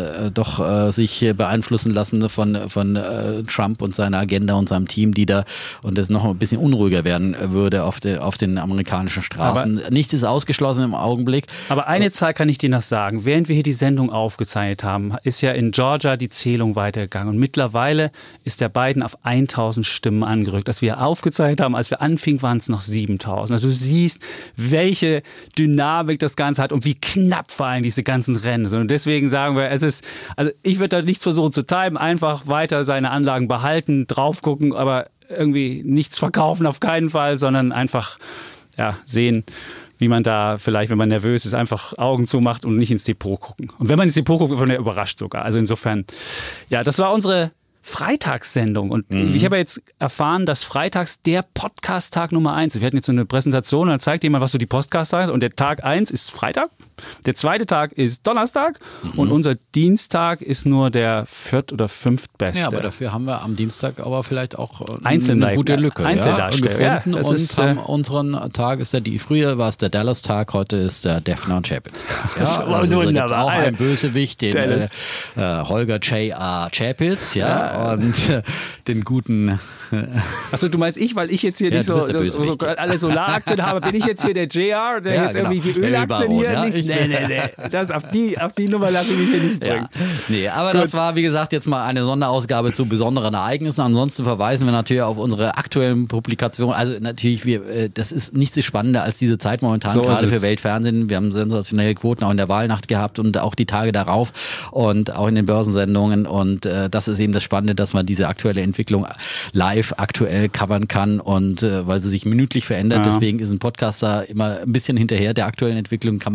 S1: doch sich beeinflussen lassen von Trump und seiner Agenda und seinem Team, die da und das noch ein bisschen unruhiger werden würde auf den amerikanischen Straßen. Aber nichts ist ausgeschlossen im Augenblick.
S2: Aber eine Zahl kann ich dir noch sagen. Während wir hier die Sendung aufgezeichnet haben, ist ja in Georgia die Zählung weitergegangen. Und mittlerweile ist der Biden auf 1.000 Stimmen angerückt. Als wir aufgezeichnet haben, als wir anfingen, waren es noch 7.000. Also du siehst, welche Dynamik das Ganze hat und wie knapp vor allem diese ganzen Rennen sind. Und deswegen sagen wir, also ich würde da nichts versuchen zu timen, einfach weiter seine Anlagen behalten, drauf gucken, aber irgendwie nichts verkaufen auf keinen Fall, sondern einfach sehen, wie man da vielleicht, wenn man nervös ist, einfach Augen zumacht und nicht ins Depot gucken. Und wenn man ins Depot guckt, wird man ja überrascht sogar. Also insofern, das war unsere Freitagssendung. Und ich habe jetzt erfahren, dass freitags der Podcast-Tag Nummer 1 ist. Wir hatten jetzt so eine Präsentation und dann zeigt jemand, was so die Podcast-Tag ist. Und der Tag 1 ist Freitag. Der zweite Tag ist Donnerstag und unser Dienstag ist nur der 4. oder 5. beste.
S1: Ja, aber dafür haben wir am Dienstag aber vielleicht auch eine gute Lücke gefunden und unseren Tag ist früher war es der Dallas-Tag, heute ist der Defner und Chapitz-Tag. Ja, also da gibt es auch einen Bösewicht, den Holger J.R. Chapitz, und den guten...
S2: Achso, du meinst weil ich jetzt hier nicht alle Solaraktien habe, bin ich jetzt hier der JR, der jetzt irgendwie die Ölaktien hier nicht... Nee. Auf die Nummer lasse ich mich hier nicht bringen.
S1: Nee, aber gut. Das war, wie gesagt, jetzt mal eine Sonderausgabe zu besonderen Ereignissen. Ansonsten verweisen wir natürlich auf unsere aktuellen Publikationen. Also natürlich, das ist nichts so spannender als diese Zeit momentan, so gerade für Weltfernsehen. Wir haben sensationelle Quoten auch in der Wahlnacht gehabt und auch die Tage darauf und auch in den Börsensendungen. Und das ist eben das Spannende, dass man diese aktuelle Entwicklung live aktuell covern kann und weil sie sich minütlich verändert. Deswegen ist ein Podcast da immer ein bisschen hinterher der aktuellen Entwicklung, kann man gar nicht so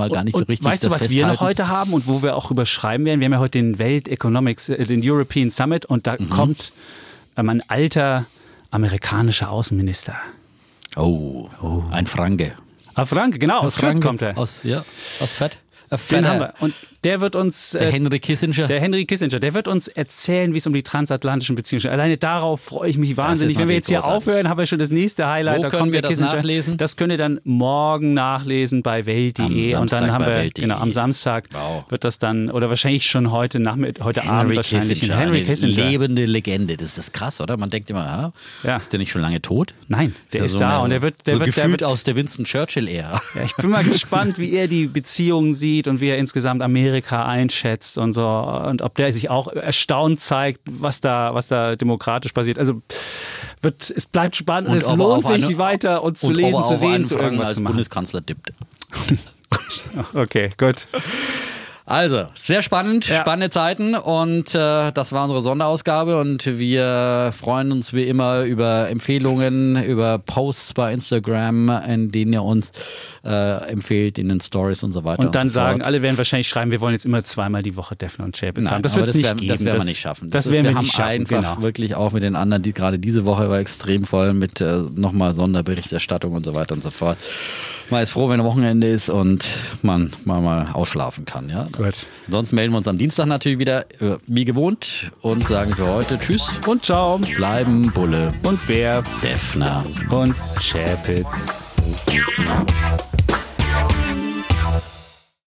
S1: so richtig
S2: weißt du,
S1: das
S2: was wir noch
S1: festhalten.
S2: heute haben und wo wir auch überschreiben werden? Wir haben ja heute den den European Summit und da kommt ein alter amerikanischer Außenminister.
S1: Oh, ein Franke.
S2: Frank, genau, aus Fürth kommt er.
S1: Aus Fett.
S2: Den haben wir. Und der wird uns...
S1: Der Henry Kissinger.
S2: Der wird uns erzählen, wie es um die transatlantischen Beziehungen steht. Alleine darauf freue ich mich wahnsinnig. Wenn wir jetzt hier aufhören, haben wir schon das nächste Highlight.
S1: Wo
S2: da
S1: können
S2: kommt
S1: wir
S2: der
S1: das nachlesen?
S2: Das könnt ihr dann morgen nachlesen bei Welt.de. Und dann haben wir, am Samstag wird das dann, oder wahrscheinlich schon heute Abend wahrscheinlich.
S1: Kissinger,
S2: Henry Kissinger.
S1: Eine lebende Legende. Das ist krass, oder? Man denkt immer, ist der nicht schon lange tot?
S2: Nein, der ist da. Und der wird
S1: gefühlt aus der Winston Churchill-Ära.
S2: Ja, ich bin mal gespannt, wie er die Beziehungen sieht und wie er insgesamt Amerika einschätzt und so. Und ob der sich auch erstaunt zeigt, was da demokratisch passiert. Also es bleibt spannend und es lohnt sich weiter uns zu lesen, zu sehen, zu irgendwas
S1: als
S2: zu machen.
S1: Bundeskanzler dippt.
S2: Okay, gut.
S1: Also, sehr spannend, spannende Zeiten und das war unsere Sonderausgabe und wir freuen uns wie immer über Empfehlungen, über Posts bei Instagram, in denen ihr uns empfehlt, in den Stories und so weiter.
S2: Und dann
S1: so
S2: sagen, alle werden wahrscheinlich schreiben, wir wollen jetzt immer zweimal die Woche Defner und Chapitz haben. Das wird es nicht geben.
S1: Das werden wir nicht schaffen.
S2: Wir haben
S1: einfach wirklich auch mit den anderen, gerade diese Woche war extrem voll mit nochmal Sonderberichterstattung und so weiter und so fort. Man ist froh, wenn Wochenende ist und man mal ausschlafen kann. Ja?
S2: Gut.
S1: Sonst melden wir uns am Dienstag natürlich wieder wie gewohnt und sagen für heute Tschüss
S2: und Ciao.
S1: Bleiben Bulle
S2: und Bär,
S1: Defner
S2: und Chapitz.